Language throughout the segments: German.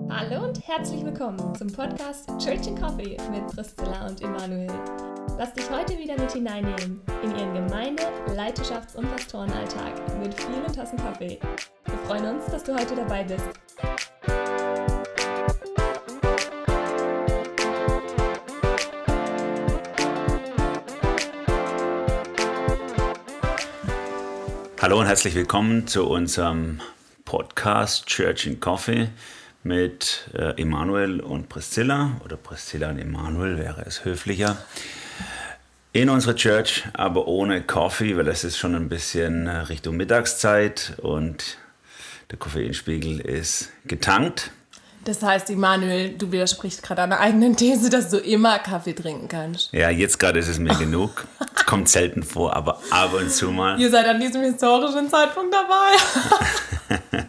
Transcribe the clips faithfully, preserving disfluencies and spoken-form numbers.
Hallo und herzlich willkommen zum Podcast Church and Coffee mit Priscilla und Emanuel. Lass dich heute wieder mit hineinnehmen in ihren Gemeinde-, Leiterschafts- und Pastorenalltag mit vielen Tassen Kaffee. Wir freuen uns, dass du heute dabei bist. Hallo und herzlich willkommen zu unserem Podcast Church and Coffee mit äh, Emanuel und Priscilla, oder Priscilla und Emanuel wäre es höflicher, in unserer Church, aber ohne Coffee, weil es ist schon ein bisschen äh, Richtung Mittagszeit und der Koffeinspiegel ist getankt. Das heißt, Emanuel, du widersprichst gerade deiner eigenen These, dass du immer Kaffee trinken kannst. Ja, jetzt gerade ist es mir genug. Es kommt selten vor, aber ab und zu mal. Ihr seid an diesem historischen Zeitpunkt dabei.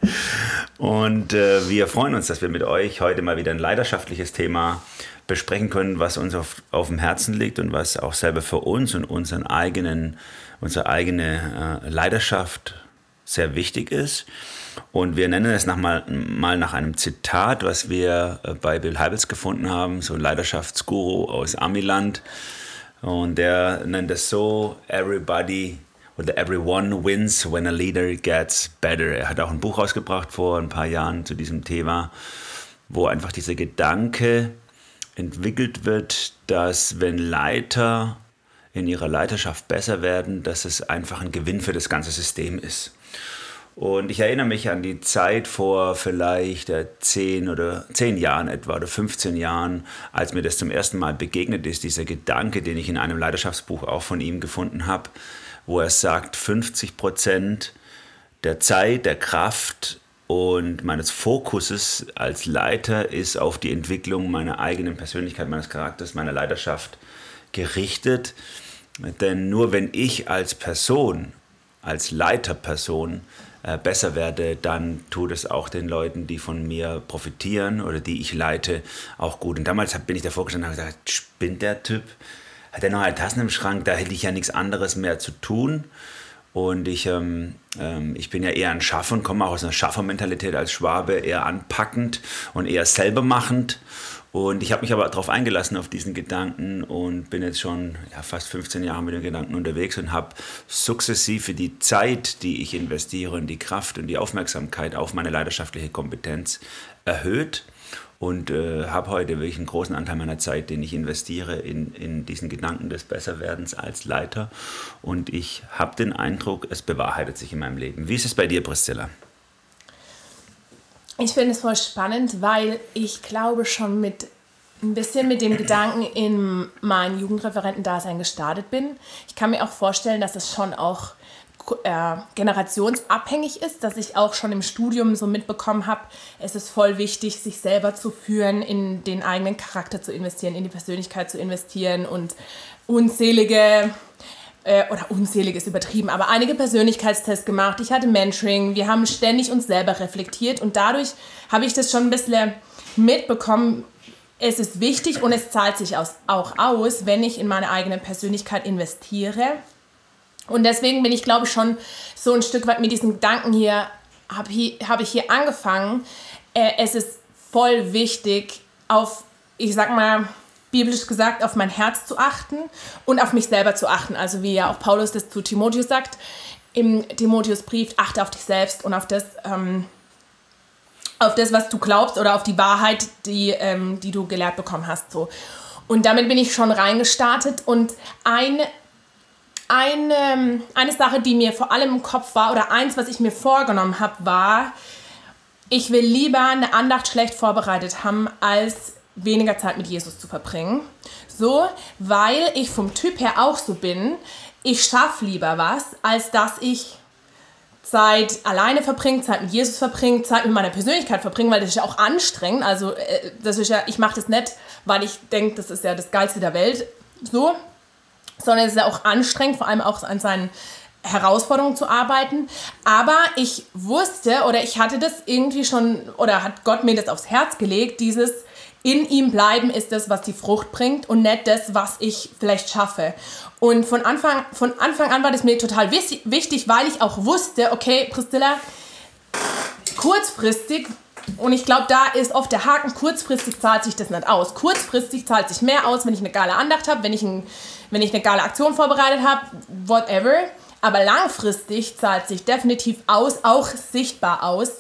Und äh, wir freuen uns, dass wir mit euch heute mal wieder ein leidenschaftliches Thema besprechen können, was uns auf, auf dem Herzen liegt und was auch selber für uns und unseren eigenen, unsere eigene äh, Leidenschaft sehr wichtig ist. Und wir nennen es nach mal, mal nach einem Zitat, was wir bei Bill Hybels gefunden haben, so ein Leidenschaftsguru aus Amiland. Und der nennt es so: Everybody oder everyone wins when a leader gets better. Er hat auch ein Buch rausgebracht vor ein paar Jahren zu diesem Thema, wo einfach dieser Gedanke entwickelt wird, dass wenn Leiter in ihrer Leiterschaft besser werden, dass es einfach ein Gewinn für das ganze System ist. Und ich erinnere mich an die Zeit vor vielleicht zehn oder zehn Jahren etwa oder fünfzehn Jahren, als mir das zum ersten Mal begegnet ist, dieser Gedanke, den ich in einem Leidenschaftsbuch auch von ihm gefunden habe, wo er sagt, fünfzig Prozent der Zeit, der Kraft und meines Fokuses als Leiter ist auf die Entwicklung meiner eigenen Persönlichkeit, meines Charakters, meiner Leidenschaft gerichtet. Denn nur wenn ich als Person, als Leiterperson äh, besser werde, dann tut es auch den Leuten, die von mir profitieren oder die ich leite, auch gut. Und damals bin ich davor gestanden und habe gesagt, spinnt der Typ? Hat er noch eine Tassen im Schrank? Da hätte ich ja nichts anderes mehr zu tun. Und ich, ähm, ähm, ich bin ja eher ein Schaffer und komme auch aus einer Schaffermentalität als Schwabe, eher anpackend und eher selber machend. Und ich habe mich aber darauf eingelassen, auf diesen Gedanken, und bin jetzt schon ja, fast fünfzehn Jahre mit den Gedanken unterwegs und habe sukzessive die Zeit, die ich investiere, und die Kraft und die Aufmerksamkeit auf meine leidenschaftliche Kompetenz erhöht. Und äh, habe heute wirklich einen großen Anteil meiner Zeit, den ich investiere in, in diesen Gedanken des Besserwerdens als Leiter. Und ich habe den Eindruck, es bewahrheitet sich in meinem Leben. Wie ist es bei dir, Priscilla? Ich finde es voll spannend, weil ich glaube schon mit ein bisschen mit dem Gedanken in mein Jugendreferentendasein gestartet bin. Ich kann mir auch vorstellen, dass es schon auch äh, generationsabhängig ist, dass ich auch schon im Studium so mitbekommen habe, es ist voll wichtig, sich selber zu führen, in den eigenen Charakter zu investieren, in die Persönlichkeit zu investieren und unzählige... oder unzählig ist übertrieben, aber einige Persönlichkeitstests gemacht. Ich hatte Mentoring, wir haben ständig uns selber reflektiert und dadurch habe ich das schon ein bisschen mitbekommen. Es ist wichtig und es zahlt sich aus, auch aus, wenn ich in meine eigene Persönlichkeit investiere. Und deswegen bin ich, glaube ich, schon so ein Stück weit mit diesen Gedanken hier, habe hier, hab ich hier angefangen. Äh, es ist voll wichtig, auf, ich sag mal, biblisch gesagt, auf mein Herz zu achten und auf mich selber zu achten. Also wie ja auch Paulus das zu Timotheus sagt, im Timotheusbrief, achte auf dich selbst und auf das, ähm, auf das, was du glaubst oder auf die Wahrheit, die, ähm, die du gelehrt bekommen hast. So. Und damit bin ich schon reingestartet und ein, eine, eine Sache, die mir vor allem im Kopf war oder eins, was ich mir vorgenommen habe, war, ich will lieber eine Andacht schlecht vorbereitet haben, als weniger Zeit mit Jesus zu verbringen. So, weil ich vom Typ her auch so bin, ich schaffe lieber was, als dass ich Zeit alleine verbringe, Zeit mit Jesus verbringe, Zeit mit meiner Persönlichkeit verbringe, weil das ist ja auch anstrengend. Also das ist ja, ich mache das nicht, weil ich denke, das ist ja das Geilste der Welt, so, sondern es ist ja auch anstrengend, vor allem auch an seinen Herausforderungen zu arbeiten. Aber ich wusste oder ich hatte das irgendwie schon, oder hat Gott mir das aufs Herz gelegt, dieses in ihm bleiben ist das, was die Frucht bringt und nicht das, was ich vielleicht schaffe. Und von Anfang, von Anfang an war das mir total wichtig, weil ich auch wusste, okay, Priscilla, kurzfristig Und ich glaube, da ist oft der Haken, kurzfristig zahlt sich das nicht aus. Kurzfristig zahlt sich mehr aus, wenn ich eine geile Andacht habe, wenn ich, ein, wenn ich eine geile Aktion vorbereitet habe, whatever. Aber langfristig zahlt sich definitiv aus, auch sichtbar aus,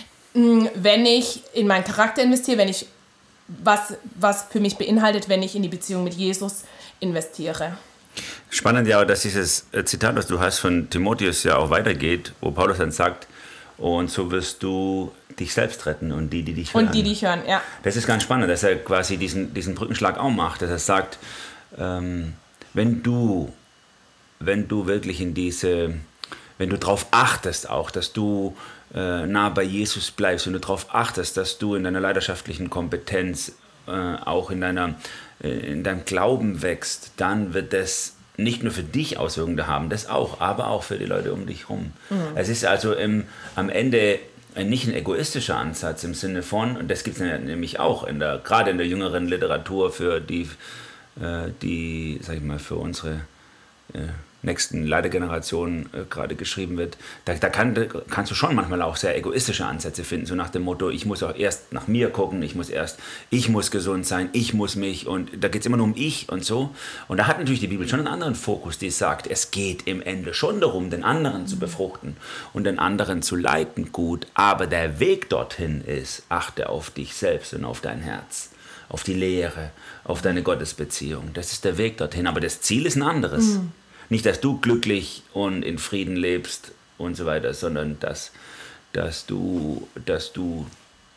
wenn ich in meinen Charakter investiere, wenn ich was, was für mich beinhaltet, wenn ich in die Beziehung mit Jesus investiere. Spannend ja, dass dieses Zitat, das du hast von Timotheus ja auch weitergeht, wo Paulus dann sagt, und so wirst du dich selbst retten und die, die dich hören. Und die, die dich hören, ja. Das ist ganz spannend, dass er quasi diesen, diesen Brückenschlag auch macht, dass er sagt, ähm, wenn du wenn du wirklich in diese, wenn du darauf achtest auch, dass du äh, nah bei Jesus bleibst, wenn du darauf achtest, dass du in deiner leidenschaftlichen Kompetenz, äh, auch in, deiner, äh, in deinem Glauben wächst, dann wird das nicht nur für dich Auswirkungen haben, das auch, aber auch für die Leute um dich herum. Mhm. Es ist also im, am Ende nicht ein egoistischer Ansatz im Sinne von, und das gibt es nämlich auch, in der, gerade in der jüngeren Literatur für die, äh, die sag ich mal, für unsere äh, nächsten Leitergenerationen äh, gerade geschrieben wird, da, da kann, kannst du schon manchmal auch sehr egoistische Ansätze finden, so nach dem Motto, ich muss auch erst nach mir gucken, ich muss erst, ich muss gesund sein, ich muss mich, und da geht es immer nur um ich und so. Und da hat natürlich die Bibel schon einen anderen Fokus, die sagt, es geht im Ende schon darum, den anderen zu befruchten und den anderen zu leiten, gut, aber der Weg dorthin ist, achte auf dich selbst und auf dein Herz, auf die Lehre, auf deine Gottesbeziehung. Das ist der Weg dorthin, aber das Ziel ist ein anderes. Mhm. Nicht, dass du glücklich und in Frieden lebst und so weiter, sondern dass, dass du, dass du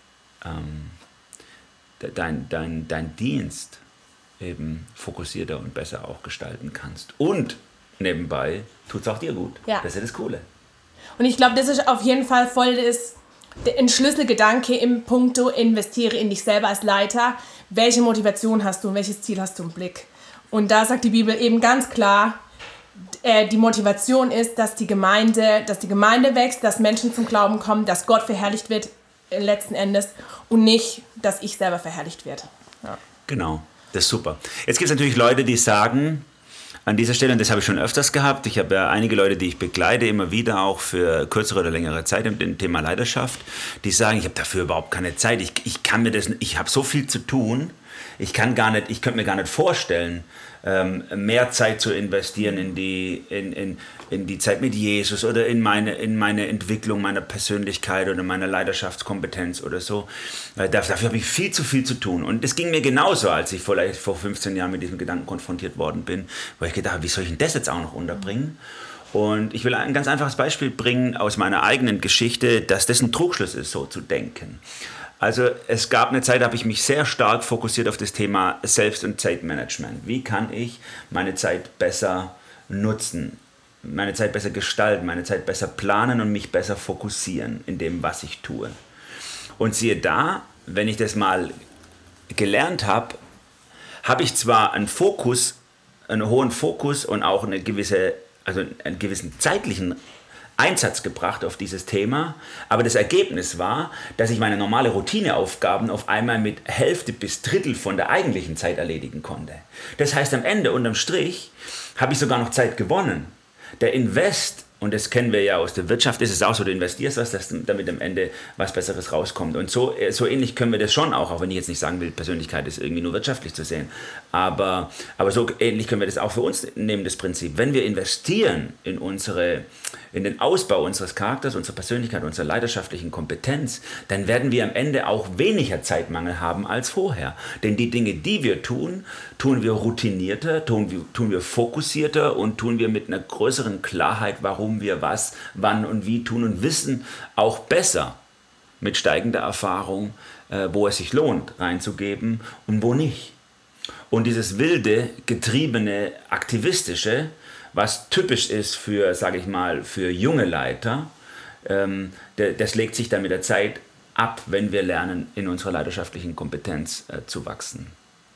ähm, dein, dein, dein Dienst eben fokussierter und besser auch gestalten kannst. Und nebenbei tut es auch dir gut. Ja. Das ist ja das Coole. Und ich glaube, das ist auf jeden Fall voll das, ein Schlüsselgedanke im Punkto, investiere in dich selber als Leiter. Welche Motivation hast du und welches Ziel hast du im Blick? Und da sagt die Bibel eben ganz klar, die Motivation ist, dass die Gemeinde, dass die Gemeinde wächst, dass Menschen zum Glauben kommen, dass Gott verherrlicht wird letzten Endes und nicht, dass ich selber verherrlicht werde. Ja. Genau, das ist super. Jetzt gibt es natürlich Leute, die sagen, an dieser Stelle, und das habe ich schon öfters gehabt, ich habe ja einige Leute, die ich begleite, immer wieder auch für kürzere oder längere Zeit im Thema Leidenschaft, die sagen, ich habe dafür überhaupt keine Zeit, ich, ich kann mir das, ich habe so viel zu tun, ich kann gar nicht, ich könnte mir gar nicht vorstellen, mehr Zeit zu investieren in die, in, in, in die Zeit mit Jesus oder in meine, in meine Entwicklung meiner Persönlichkeit oder meiner Leidenschaftskompetenz oder so. Dafür habe ich viel zu viel zu tun. Und es ging mir genauso, als ich vielleicht vor fünfzehn Jahren mit diesem Gedanken konfrontiert worden bin, weil ich gedacht habe, wie soll ich denn das jetzt auch noch unterbringen? Und ich will ein ganz einfaches Beispiel bringen aus meiner eigenen Geschichte, dass das ein Trugschluss ist, so zu denken. Also es gab eine Zeit, da habe ich mich sehr stark fokussiert auf das Thema Selbst- und Zeitmanagement. Wie kann ich meine Zeit besser nutzen, meine Zeit besser gestalten, meine Zeit besser planen und mich besser fokussieren in dem, was ich tue. Und siehe da, wenn ich das mal gelernt habe, habe ich zwar einen Fokus, einen hohen Fokus und auch eine gewisse, also einen gewissen zeitlichen Einsatz gebracht auf dieses Thema, aber das Ergebnis war, dass ich meine normale Routineaufgaben auf einmal mit Hälfte bis Drittel von der eigentlichen Zeit erledigen konnte. Das heißt, am Ende, unterm Strich, habe ich sogar noch Zeit gewonnen. Der Invest, und das kennen wir ja aus der Wirtschaft, ist es auch so, du investierst was, dass damit am Ende was Besseres rauskommt. Und so, so ähnlich können wir das schon auch, auch wenn ich jetzt nicht sagen will, Persönlichkeit ist irgendwie nur wirtschaftlich zu sehen, aber, aber so ähnlich können wir das auch für uns nehmen, das Prinzip. Wenn wir investieren in unsere, in den Ausbau unseres Charakters, unserer Persönlichkeit, unserer leidenschaftlichen Kompetenz, dann werden wir am Ende auch weniger Zeitmangel haben als vorher. Denn die Dinge, die wir tun, tun wir routinierter, tun wir, tun wir fokussierter und tun wir mit einer größeren Klarheit, warum wir was, wann und wie tun und wissen auch besser mit steigender Erfahrung, äh, wo es sich lohnt, reinzugeben und wo nicht. Und dieses wilde, getriebene, aktivistische, was typisch ist für, sage ich mal, für junge Leiter, ähm, das legt sich dann mit der Zeit ab, wenn wir lernen, in unserer leidenschaftlichen Kompetenz äh, zu wachsen.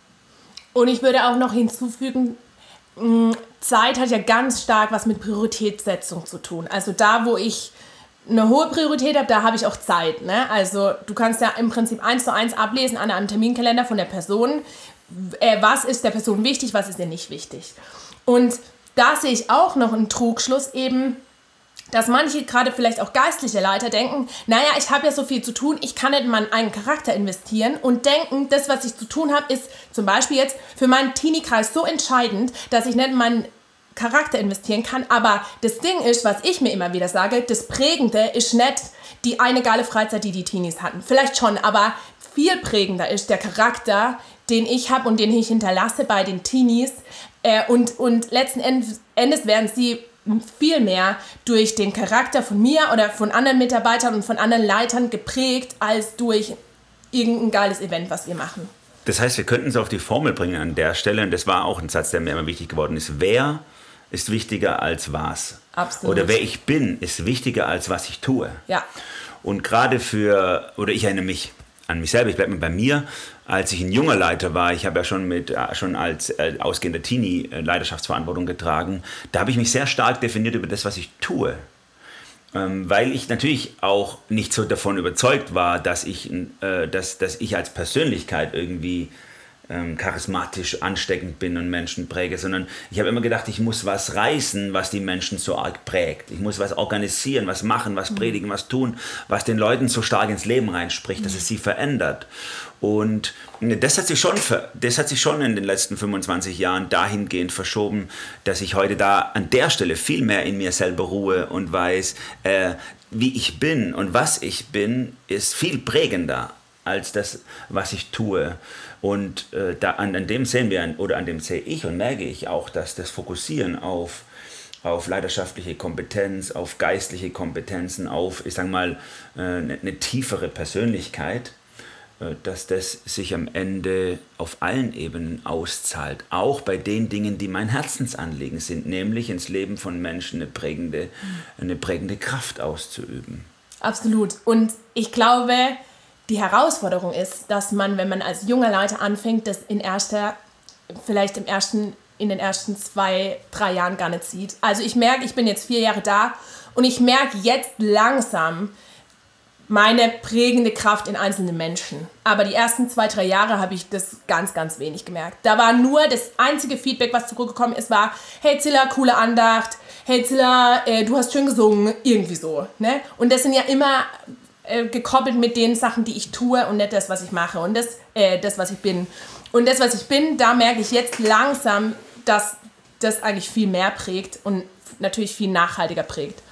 Und ich würde auch noch hinzufügen, mh, Zeit hat ja ganz stark was mit Prioritätssetzung zu tun. Also da, wo ich eine hohe Priorität habe, da habe ich auch Zeit. Ne? Also du kannst ja im Prinzip eins zu eins ablesen an einem Terminkalender von der Person, äh, was ist der Person wichtig, was ist ihr nicht wichtig. Und da sehe ich auch noch einen Trugschluss eben, dass manche, gerade vielleicht auch geistliche Leiter, denken, naja, ich habe ja so viel zu tun, ich kann nicht in meinen eigenen Charakter investieren und denken, das, was ich zu tun habe, ist zum Beispiel jetzt für meinen Teenie-Kreis so entscheidend, dass ich nicht in meinen Charakter investieren kann. Aber das Ding ist, was ich mir immer wieder sage, das Prägende ist nicht die eine geile Freizeit, die die Teenies hatten. Vielleicht schon, aber viel prägender ist der Charakter, den ich habe und den ich hinterlasse bei den Teenies. Äh, und, und letzten Endes werden sie viel mehr durch den Charakter von mir oder von anderen Mitarbeitern und von anderen Leitern geprägt, als durch irgendein geiles Event, was wir machen. Das heißt, wir könnten es auf die Formel bringen an der Stelle, und das war auch ein Satz, der mir immer wichtig geworden ist. Wer ist wichtiger als was? Absolut. Oder wer ich bin, ist wichtiger als was ich tue. Ja. Und gerade für, oder ich erinnere mich an mich selber, ich bleibe mal bei mir, als ich ein junger Leiter war, ich habe ja schon, mit, schon als äh, ausgehender Teenie äh, Leidenschaftsverantwortung getragen, da habe ich mich sehr stark definiert über das, was ich tue. Ähm, weil ich natürlich auch nicht so davon überzeugt war, dass ich, äh, dass, dass ich als Persönlichkeit irgendwie ähm, charismatisch ansteckend bin und Menschen präge, sondern ich habe immer gedacht, ich muss was reißen, was die Menschen so arg prägt. Ich muss was organisieren, was machen, was predigen, was tun, was den Leuten so stark ins Leben reinspricht, dass es sie verändert. Und das hat sich schon, das hat sich schon in den letzten fünfundzwanzig Jahren dahingehend verschoben, dass ich heute da an der Stelle viel mehr in mir selber ruhe und weiß, äh, wie ich bin und was ich bin, ist viel prägender als das, was ich tue. Und äh, da, an, an dem sehen wir, oder an dem sehe ich und merke ich auch, dass das Fokussieren auf, auf leidenschaftliche Kompetenz, auf geistliche Kompetenzen, auf, ich sage mal, äh, eine, eine tiefere Persönlichkeit, dass das sich am Ende auf allen Ebenen auszahlt, auch bei den Dingen, die mein Herzensanliegen sind, nämlich ins Leben von Menschen eine prägende, eine prägende Kraft auszuüben. Absolut. Und ich glaube, die Herausforderung ist, dass man, wenn man als junger Leiter anfängt, das in erster, vielleicht im ersten, in den ersten zwei, drei Jahren gar nicht sieht. Also ich merke, ich bin jetzt vier Jahre da und ich merke jetzt langsam meine prägende Kraft in einzelnen Menschen. Aber die ersten zwei, drei Jahre habe ich das ganz, ganz wenig gemerkt. Da war nur das einzige Feedback, was zurückgekommen ist, war, hey Zilla, coole Andacht, hey Zilla, äh, du hast schön gesungen, irgendwie so. Ne? Und das sind ja immer äh, gekoppelt mit den Sachen, die ich tue und nicht das, was ich mache und das, äh, das, was ich bin. Und das, was ich bin, da merke ich jetzt langsam, dass das eigentlich viel mehr prägt und natürlich viel nachhaltiger prägt.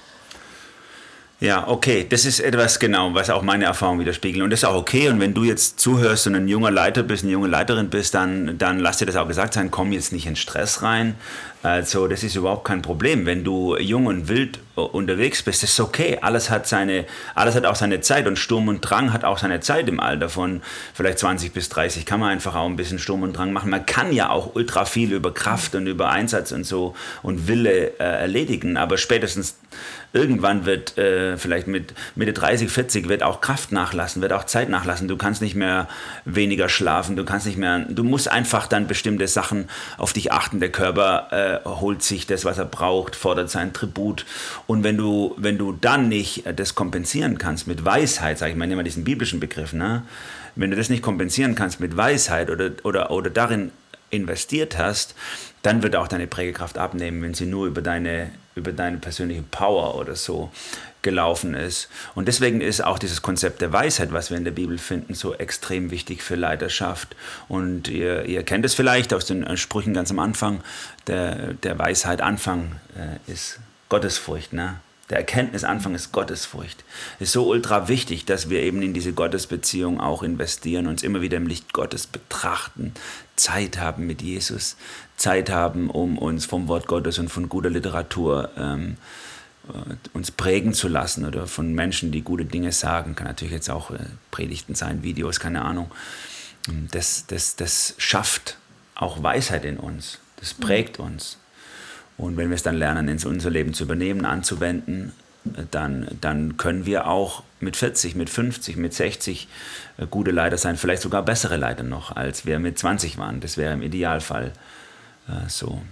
Ja, okay, das ist etwas genau, was auch meine Erfahrung widerspiegelt. Und das ist auch okay. Und wenn du jetzt zuhörst und ein junger Leiter bist, eine junge Leiterin bist, dann, dann lass dir das auch gesagt sein, komm jetzt nicht in Stress rein. Also das ist überhaupt kein Problem. Wenn du jung und wild unterwegs bist, das ist okay. Alles hat seine, alles hat auch seine Zeit und Sturm und Drang hat auch seine Zeit im Alter von vielleicht zwanzig bis dreißig. Kann man einfach auch ein bisschen Sturm und Drang machen. Man kann ja auch ultra viel über Kraft und über Einsatz und so und Wille äh, erledigen. Aber spätestens irgendwann wird äh, vielleicht mit Mitte dreißig, vierzig wird auch Kraft nachlassen, wird auch Zeit nachlassen. Du kannst nicht mehr weniger schlafen, du kannst nicht mehr, du musst einfach dann bestimmte Sachen auf dich achten. Der Körper äh, holt sich das, was er braucht, fordert seinen Tribut. Und wenn du, wenn du dann nicht das kompensieren kannst mit Weisheit, sage ich mal, nehmen wir diesen biblischen Begriff, ne? Wenn du das nicht kompensieren kannst mit Weisheit oder, oder, oder darin investiert hast, dann wird auch deine Prägekraft abnehmen, wenn sie nur über deine, über deine persönliche Power oder so gelaufen ist. Und deswegen ist auch dieses Konzept der Weisheit, was wir in der Bibel finden, so extrem wichtig für Leiterschaft. Und ihr, ihr kennt es vielleicht aus den Sprüchen ganz am Anfang, der, der Weisheit Anfang äh, ist Gottesfurcht, ne? Der Erkenntnisanfang ist Gottesfurcht. Es ist so ultra wichtig, dass wir eben in diese Gottesbeziehung auch investieren, uns immer wieder im Licht Gottes betrachten, Zeit haben mit Jesus, Zeit haben, um uns vom Wort Gottes und von guter Literatur ähm, uns prägen zu lassen oder von Menschen, die gute Dinge sagen. Kann natürlich jetzt auch äh, Predigten sein, Videos, keine Ahnung. Das, das, das schafft auch Weisheit in uns. Das prägt uns. Und wenn wir es dann lernen, in unser Leben zu übernehmen, anzuwenden, dann, dann können wir auch mit vierzig, mit fünfzig, mit sechzig gute Leiter sein, vielleicht sogar bessere Leiter noch, als wir mit zwanzig waren. Das wäre im Idealfall äh, so.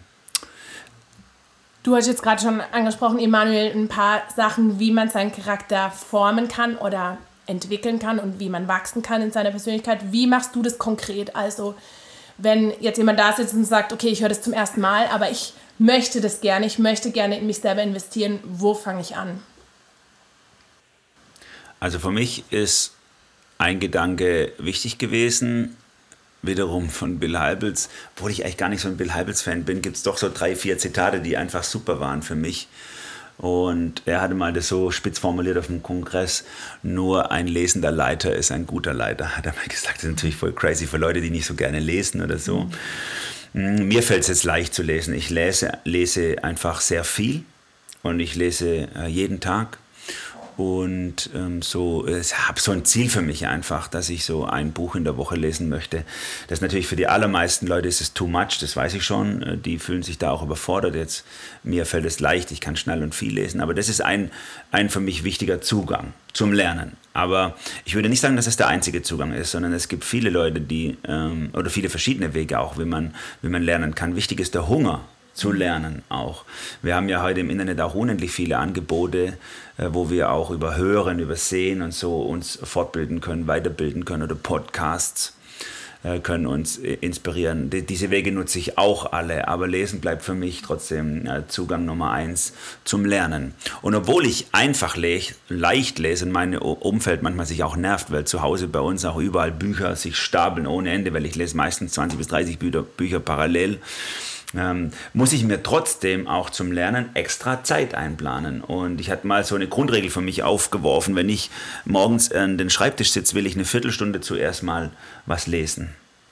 Du hast jetzt gerade schon angesprochen, Emanuel, ein paar Sachen, wie man seinen Charakter formen kann oder entwickeln kann und wie man wachsen kann in seiner Persönlichkeit. Wie machst du das konkret? Also wenn jetzt jemand da sitzt und sagt, okay, ich höre das zum ersten Mal, aber ich möchte das gerne, ich möchte gerne in mich selber investieren, wo fange ich an? Also für mich ist ein Gedanke wichtig gewesen, wiederum von Bill Hybels. Obwohl ich eigentlich gar nicht so ein Bill Hybels-Fan bin, gibt es doch so drei, vier Zitate, die einfach super waren für mich. Und er hatte mal das so spitz formuliert auf dem Kongress, nur ein lesender Leiter ist ein guter Leiter, hat er mal gesagt. Das ist natürlich voll crazy für Leute, die nicht so gerne lesen oder so. Mhm. Mir fällt es jetzt leicht zu lesen. Ich lese, lese einfach sehr viel und ich lese äh, jeden Tag. Und ähm, so, ich habe so ein Ziel für mich einfach, dass ich so ein Buch in der Woche lesen möchte. Das ist natürlich für die allermeisten Leute ist es too much, das weiß ich schon. Die fühlen sich da auch überfordert jetzt. Mir fällt es leicht, ich kann schnell und viel lesen. Aber das ist ein, ein für mich wichtiger Zugang zum Lernen. Aber ich würde nicht sagen, dass es der einzige Zugang ist, sondern es gibt viele Leute, die, ähm, oder viele verschiedene Wege auch, wie man, wie man lernen kann. Wichtig ist der Hunger zu lernen auch. Wir haben ja heute im Internet auch unendlich viele Angebote, wo wir auch über Hören, über Sehen und so uns fortbilden können, weiterbilden können, oder Podcasts können uns inspirieren. Diese Wege nutze ich auch alle, aber Lesen bleibt für mich trotzdem Zugang Nummer eins zum Lernen. Und obwohl ich einfach le- leicht lese und mein Umfeld manchmal sich auch nervt, weil zu Hause bei uns auch überall Bücher sich stapeln ohne Ende, weil ich lese meistens zwanzig bis dreißig Bücher, Bücher parallel, Ähm, muss ich mir trotzdem auch zum Lernen extra Zeit einplanen. Und ich hatte mal so eine Grundregel für mich aufgeworfen, wenn ich morgens an den Schreibtisch sitze, will ich eine Viertelstunde zuerst mal was lesen.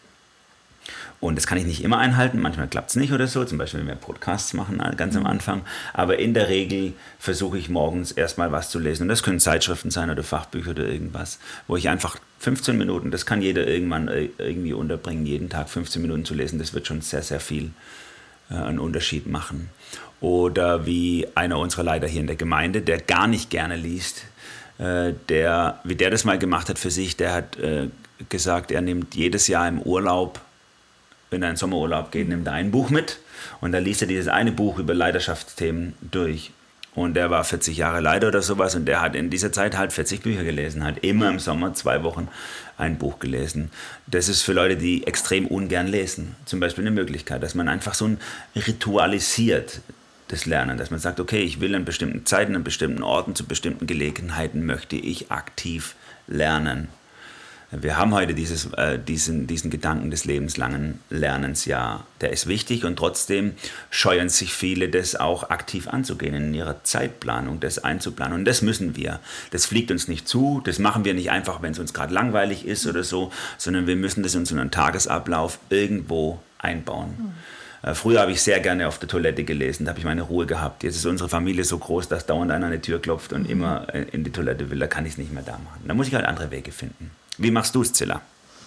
Und das kann ich nicht immer einhalten, manchmal klappt es nicht oder so, zum Beispiel wenn wir Podcasts machen, ganz am Anfang. Aber in der Regel versuche ich morgens erstmal was zu lesen. Und das können Zeitschriften sein oder Fachbücher oder irgendwas, wo ich einfach fünfzehn Minuten, das kann jeder irgendwann irgendwie unterbringen, jeden Tag fünfzehn Minuten zu lesen, das wird schon sehr, sehr viel einen Unterschied machen. Oder wie einer unserer Leiter hier in der Gemeinde, der gar nicht gerne liest, äh, der, wie der das mal gemacht hat für sich, der hat äh, gesagt, er nimmt jedes Jahr im Urlaub, wenn er in den Sommerurlaub geht, nimmt er ein Buch mit und da liest er dieses eine Buch über Leiterschaftsthemen durch. Und der war vierzig Jahre Leiter oder sowas und der hat in dieser Zeit halt vierzig Bücher gelesen, hat immer im Sommer zwei Wochen ein Buch gelesen. Das ist für Leute, die extrem ungern lesen, zum Beispiel eine Möglichkeit, dass man einfach so ein ritualisiert das Lernen, dass man sagt, okay, ich will an bestimmten Zeiten, an bestimmten Orten, zu bestimmten Gelegenheiten möchte ich aktiv lernen. Wir haben heute dieses, äh, diesen, diesen Gedanken des lebenslangen Lernens, ja, der ist wichtig und trotzdem scheuen sich viele, das auch aktiv anzugehen, in ihrer Zeitplanung, das einzuplanen. Und das müssen wir. Das fliegt uns nicht zu, das machen wir nicht einfach, wenn es uns gerade langweilig ist oder so, sondern wir müssen das in unseren Tagesablauf irgendwo einbauen. Mhm. Äh, früher habe ich sehr gerne auf der Toilette gelesen, da habe ich meine Ruhe gehabt. Jetzt ist unsere Familie so groß, dass dauernd einer an die Tür klopft und mhm. immer in die Toilette will, da kann ich es nicht mehr da machen. Da muss ich halt andere Wege finden. Wie machst du es, Zilla?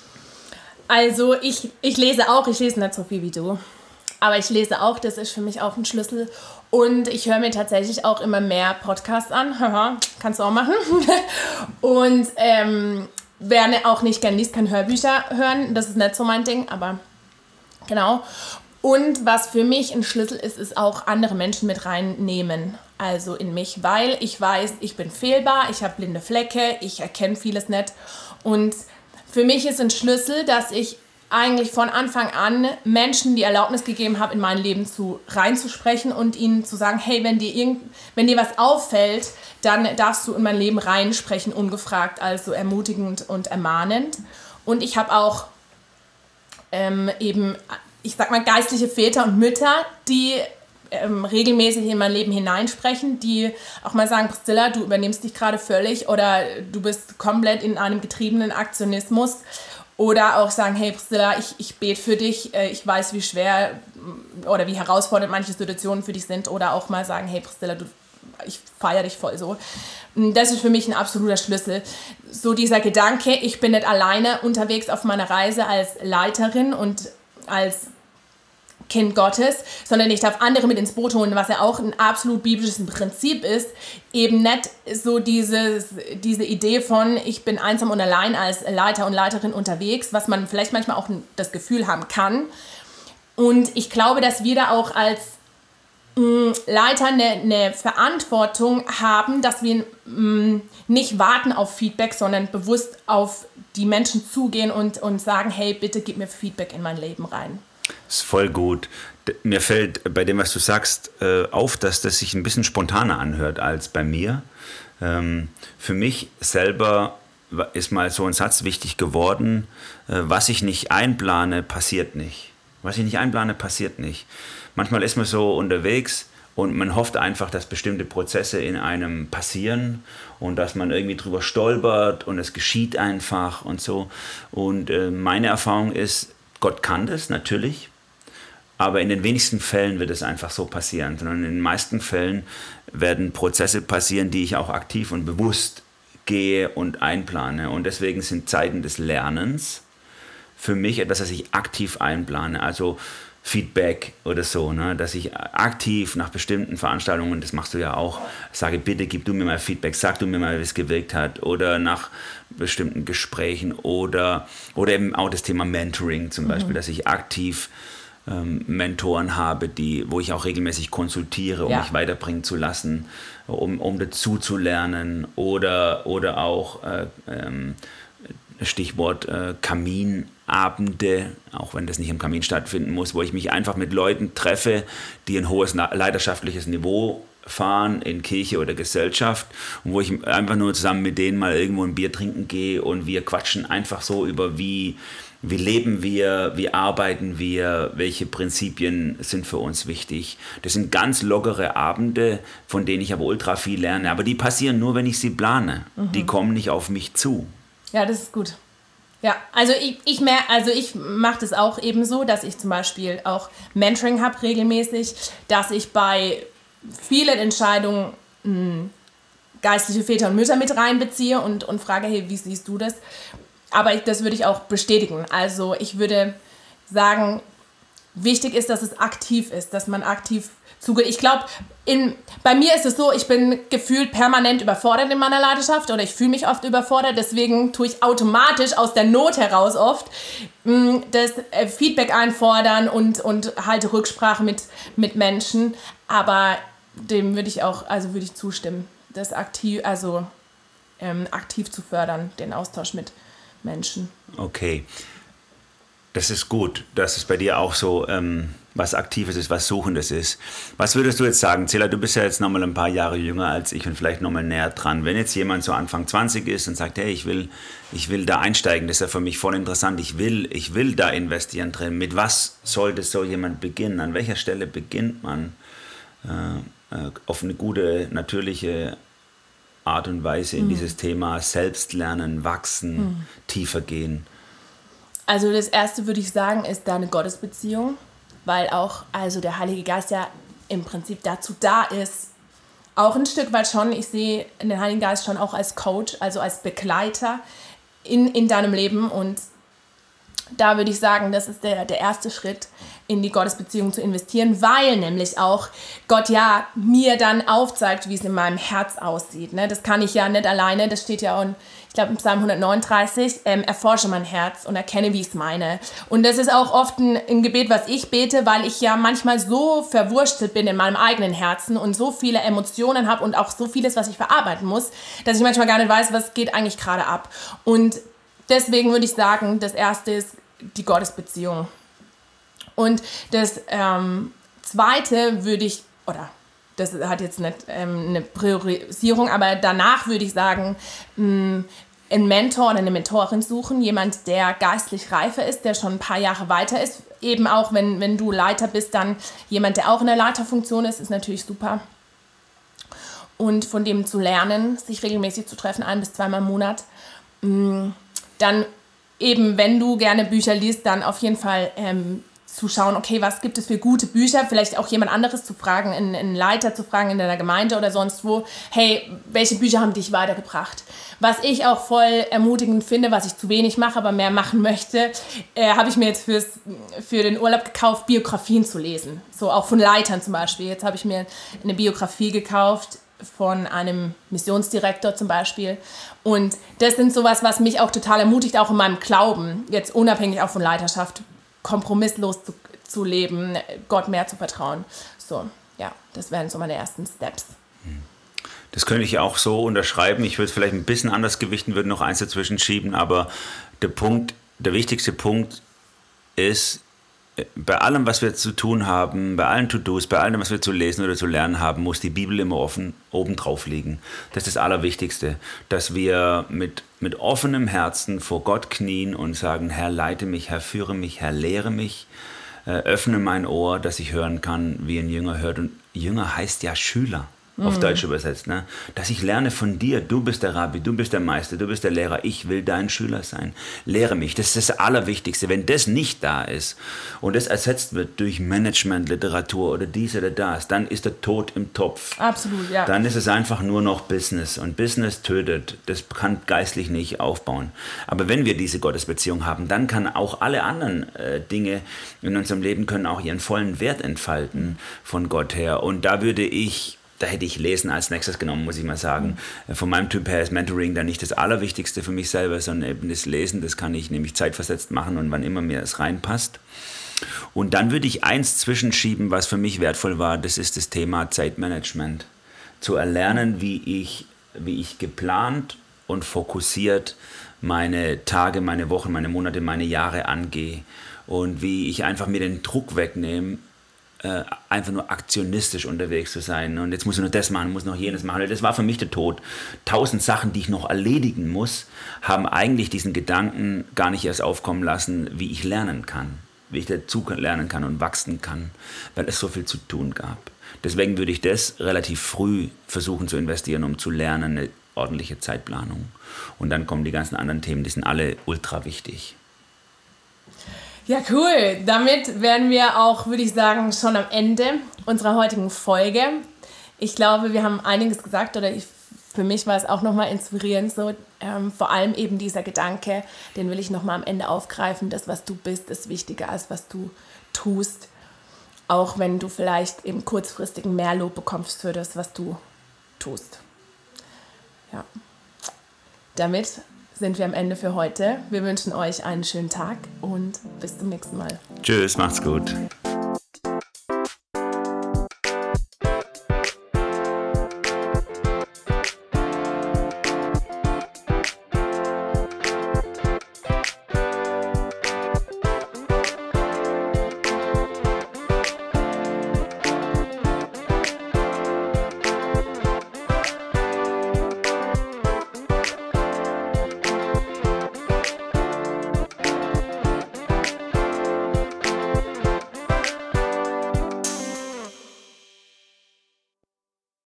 Also ich, ich lese auch, ich lese nicht so viel wie du, aber ich lese auch, das ist für mich auch ein Schlüssel. Und ich höre mir tatsächlich auch immer mehr Podcasts an, haha, kannst du auch machen. Und ähm, wer auch nicht gern liest, kann Hörbücher hören, das ist nicht so mein Ding, aber genau. Und was für mich ein Schlüssel ist, ist auch andere Menschen mit reinnehmen, also in mich, weil ich weiß, ich bin fehlbar, ich habe blinde Flecke, ich erkenne vieles nicht. Und für mich ist ein Schlüssel, dass ich eigentlich von Anfang an Menschen die Erlaubnis gegeben habe, in mein Leben zu, reinzusprechen und ihnen zu sagen, hey, wenn dir, irgend, wenn dir was auffällt, dann darfst du in mein Leben reinsprechen, ungefragt, also ermutigend und ermahnend. Und ich habe auch ähm, eben, ich sag mal, geistliche Väter und Mütter, die ähm, regelmäßig in mein Leben hineinsprechen, die auch mal sagen, Priscilla, du übernimmst dich gerade völlig oder du bist komplett in einem getriebenen Aktionismus. Oder auch sagen, hey Priscilla, ich, ich bete für dich, ich weiß, wie schwer oder wie herausfordernd manche Situationen für dich sind. Oder auch mal sagen, hey Priscilla, du, ich feiere dich voll so. Das ist für mich ein absoluter Schlüssel. So dieser Gedanke, ich bin nicht alleine unterwegs auf meiner Reise als Leiterin und als Kind Gottes, sondern ich darf andere mit ins Boot holen, was ja auch ein absolut biblisches Prinzip ist, eben nicht so dieses, diese Idee von, ich bin einsam und allein als Leiter und Leiterin unterwegs, was man vielleicht manchmal auch das Gefühl haben kann. Und ich glaube, dass wir da auch als mh, Leiter eine, eine Verantwortung haben, dass wir mh, nicht warten auf Feedback, sondern bewusst auf die Menschen zugehen und, und sagen, hey, bitte gib mir Feedback in mein Leben rein. ist voll gut. Mir fällt bei dem, was du sagst, auf, dass das sich ein bisschen spontaner anhört als bei mir. Für mich selber ist mal so ein Satz wichtig geworden: Was ich nicht einplane, passiert nicht. Was ich nicht einplane, passiert nicht. Manchmal ist man so unterwegs und man hofft einfach, dass bestimmte Prozesse in einem passieren und dass man irgendwie drüber stolpert und es geschieht einfach und so. Und meine Erfahrung ist, Gott kann das natürlich. Aber in den wenigsten Fällen wird es einfach so passieren, sondern in den meisten Fällen werden Prozesse passieren, die ich auch aktiv und bewusst gehe und einplane. Und deswegen sind Zeiten des Lernens für mich etwas, das ich aktiv einplane. Also Feedback oder so, ne? Dass ich aktiv nach bestimmten Veranstaltungen, das machst du ja auch, sage, bitte gib du mir mal Feedback, sag du mir mal, wie es gewirkt hat, oder nach bestimmten Gesprächen oder, oder eben auch das Thema Mentoring zum Beispiel, mhm. dass ich aktiv Mentoren habe, die, wo ich auch regelmäßig konsultiere, um ja. mich weiterbringen zu lassen, um, um dazu zu lernen, oder, oder auch äh, ähm, Stichwort äh, Kaminabende, auch wenn das nicht im Kamin stattfinden muss, wo ich mich einfach mit Leuten treffe, die ein hohes leidenschaftliches Niveau fahren in Kirche oder Gesellschaft, und wo ich einfach nur zusammen mit denen mal irgendwo ein Bier trinken gehe und wir quatschen einfach so über wie Wie leben wir, wie arbeiten wir, welche Prinzipien sind für uns wichtig. Das sind ganz lockere Abende, von denen ich aber ultra viel lerne. Aber die passieren nur, wenn ich sie plane. Mhm. Die kommen nicht auf mich zu. Ja, das ist gut. Ja, also ich, ich, mehr, also ich mache das auch eben so, dass ich zum Beispiel auch Mentoring habe regelmäßig, dass ich bei vielen Entscheidungen mh, geistliche Väter und Mütter mit reinbeziehe und, und frage, hey, wie siehst du das? Aber ich, das würde ich auch bestätigen. Also ich würde sagen, wichtig ist, dass es aktiv ist, dass man aktiv zugeht. Ich glaube, bei mir ist es so, ich bin gefühlt permanent überfordert in meiner Leidenschaft oder ich fühle mich oft überfordert. Deswegen tue ich automatisch aus der Not heraus oft mh, das äh, Feedback einfordern und, und halte Rücksprache mit, mit Menschen. Aber dem würde ich auch, also würde ich zustimmen, das aktiv, also ähm, aktiv zu fördern, den Austausch mit Menschen. Okay, das ist gut, dass es bei dir auch so ähm, was Aktives ist, was Suchendes ist. Was würdest du jetzt sagen, Cela, du bist ja jetzt nochmal ein paar Jahre jünger als ich und vielleicht nochmal näher dran. Wenn jetzt jemand so Anfang zwanzig ist und sagt, hey, ich will, ich will da einsteigen, das ist ja für mich voll interessant, ich will, ich will da investieren drin. Mit was sollte so jemand beginnen? An welcher Stelle beginnt man äh, äh, auf eine gute, natürliche Art und Weise in mhm. dieses Thema Selbstlernen, Wachsen, mhm. tiefer gehen? Also das Erste würde ich sagen, ist deine Gottesbeziehung, weil auch also der Heilige Geist ja im Prinzip dazu da ist, auch ein Stück weit schon, ich sehe den Heiligen Geist schon auch als Coach, also als Begleiter in, in deinem Leben, und da würde ich sagen, das ist der, der erste Schritt, in die Gottesbeziehung zu investieren, weil nämlich auch Gott ja mir dann aufzeigt, wie es in meinem Herz aussieht. Ne? Das kann ich ja nicht alleine, das steht ja auch, in, ich glaube, im Psalm hundertneununddreißig, ähm, erforsche mein Herz und erkenne, wie ich es meine. Und das ist auch oft ein, ein Gebet, was ich bete, weil ich ja manchmal so verwurstelt bin in meinem eigenen Herzen und so viele Emotionen habe und auch so vieles, was ich verarbeiten muss, dass ich manchmal gar nicht weiß, was geht eigentlich gerade ab. Und deswegen würde ich sagen, das Erste ist die Gottesbeziehung. Und das ähm, Zweite würde ich, oder das hat jetzt nicht ähm, eine Priorisierung, aber danach würde ich sagen, mh, einen Mentor oder eine Mentorin suchen, jemand, der geistlich reifer ist, der schon ein paar Jahre weiter ist. Eben auch, wenn, wenn du Leiter bist, dann jemand, der auch in der Leiterfunktion ist, ist natürlich super. Und von dem zu lernen, sich regelmäßig zu treffen, ein- bis zweimal im Monat. Mh, dann eben, wenn du gerne Bücher liest, dann auf jeden Fall ähm, zu schauen, okay, was gibt es für gute Bücher, vielleicht auch jemand anderes zu fragen, einen, einen Leiter zu fragen in deiner Gemeinde oder sonst wo, hey, welche Bücher haben dich weitergebracht? Was ich auch voll ermutigend finde, was ich zu wenig mache, aber mehr machen möchte, äh, habe ich mir jetzt fürs, für den Urlaub gekauft, Biografien zu lesen. So auch von Leitern zum Beispiel. Jetzt habe ich mir eine Biografie gekauft von einem Missionsdirektor zum Beispiel. Und das sind sowas, was mich auch total ermutigt, auch in meinem Glauben, jetzt unabhängig auch von Leiterschaft, kompromisslos zu, zu leben, Gott mehr zu vertrauen. So, ja, das wären so meine ersten Steps. Das könnte ich auch so unterschreiben. Ich würde es vielleicht ein bisschen anders gewichten, würde noch eins dazwischen schieben, aber der Punkt, der wichtigste Punkt ist, bei allem, was wir zu tun haben, bei allen To-Dos, bei allem, was wir zu lesen oder zu lernen haben, muss die Bibel immer offen oben drauf liegen. Das ist das Allerwichtigste, dass wir mit, mit offenem Herzen vor Gott knien und sagen, Herr, leite mich, Herr, führe mich, Herr, lehre mich, äh, öffne mein Ohr, dass ich hören kann, wie ein Jünger hört. Und Jünger heißt ja Schüler. Auf mhm. Deutsch übersetzt, ne? Dass ich lerne von dir, du bist der Rabbi, du bist der Meister, du bist der Lehrer, ich will dein Schüler sein. Lehre mich, das ist das Allerwichtigste. Wenn das nicht da ist und das ersetzt wird durch Management, Literatur oder dies oder das, dann ist der Tod im Topf. Absolut, ja. Dann ist es einfach nur noch Business und Business tötet, das kann geistlich nicht aufbauen. Aber wenn wir diese Gottesbeziehung haben, dann kann auch alle anderen äh, Dinge in unserem Leben können auch ihren vollen Wert entfalten von Gott her. Und da würde ich Da hätte ich Lesen als nächstes genommen, muss ich mal sagen. Von meinem Typ her ist Mentoring dann nicht das Allerwichtigste für mich selber, sondern eben das Lesen. Das kann ich nämlich zeitversetzt machen und wann immer mir es reinpasst. Und dann würde ich eins zwischenschieben, was für mich wertvoll war, das ist das Thema Zeitmanagement. Zu erlernen, wie ich, wie ich geplant und fokussiert meine Tage, meine Wochen, meine Monate, meine Jahre angehe. Und wie ich einfach mir den Druck wegnehme, Äh, einfach nur aktionistisch unterwegs zu sein und jetzt muss ich noch das machen, muss noch jenes machen. Das war für mich der Tod. Tausend Sachen, die ich noch erledigen muss, haben eigentlich diesen Gedanken gar nicht erst aufkommen lassen, wie ich lernen kann, wie ich dazu lernen kann und wachsen kann, weil es so viel zu tun gab. Deswegen würde ich das relativ früh versuchen zu investieren, um zu lernen, eine ordentliche Zeitplanung. Und dann kommen die ganzen anderen Themen, die sind alle ultra wichtig. Ja, cool. Damit wären wir auch, würde ich sagen, schon am Ende unserer heutigen Folge. Ich glaube, wir haben einiges gesagt, oder ich, für mich war es auch nochmal inspirierend, so ähm, vor allem eben dieser Gedanke, den will ich nochmal am Ende aufgreifen, das, was du bist, ist wichtiger als was du tust, auch wenn du vielleicht eben kurzfristig mehr Lob bekommst für das, was du tust. Ja. Damit sind wir am Ende für heute. Wir wünschen euch einen schönen Tag und bis zum nächsten Mal. Tschüss, macht's gut.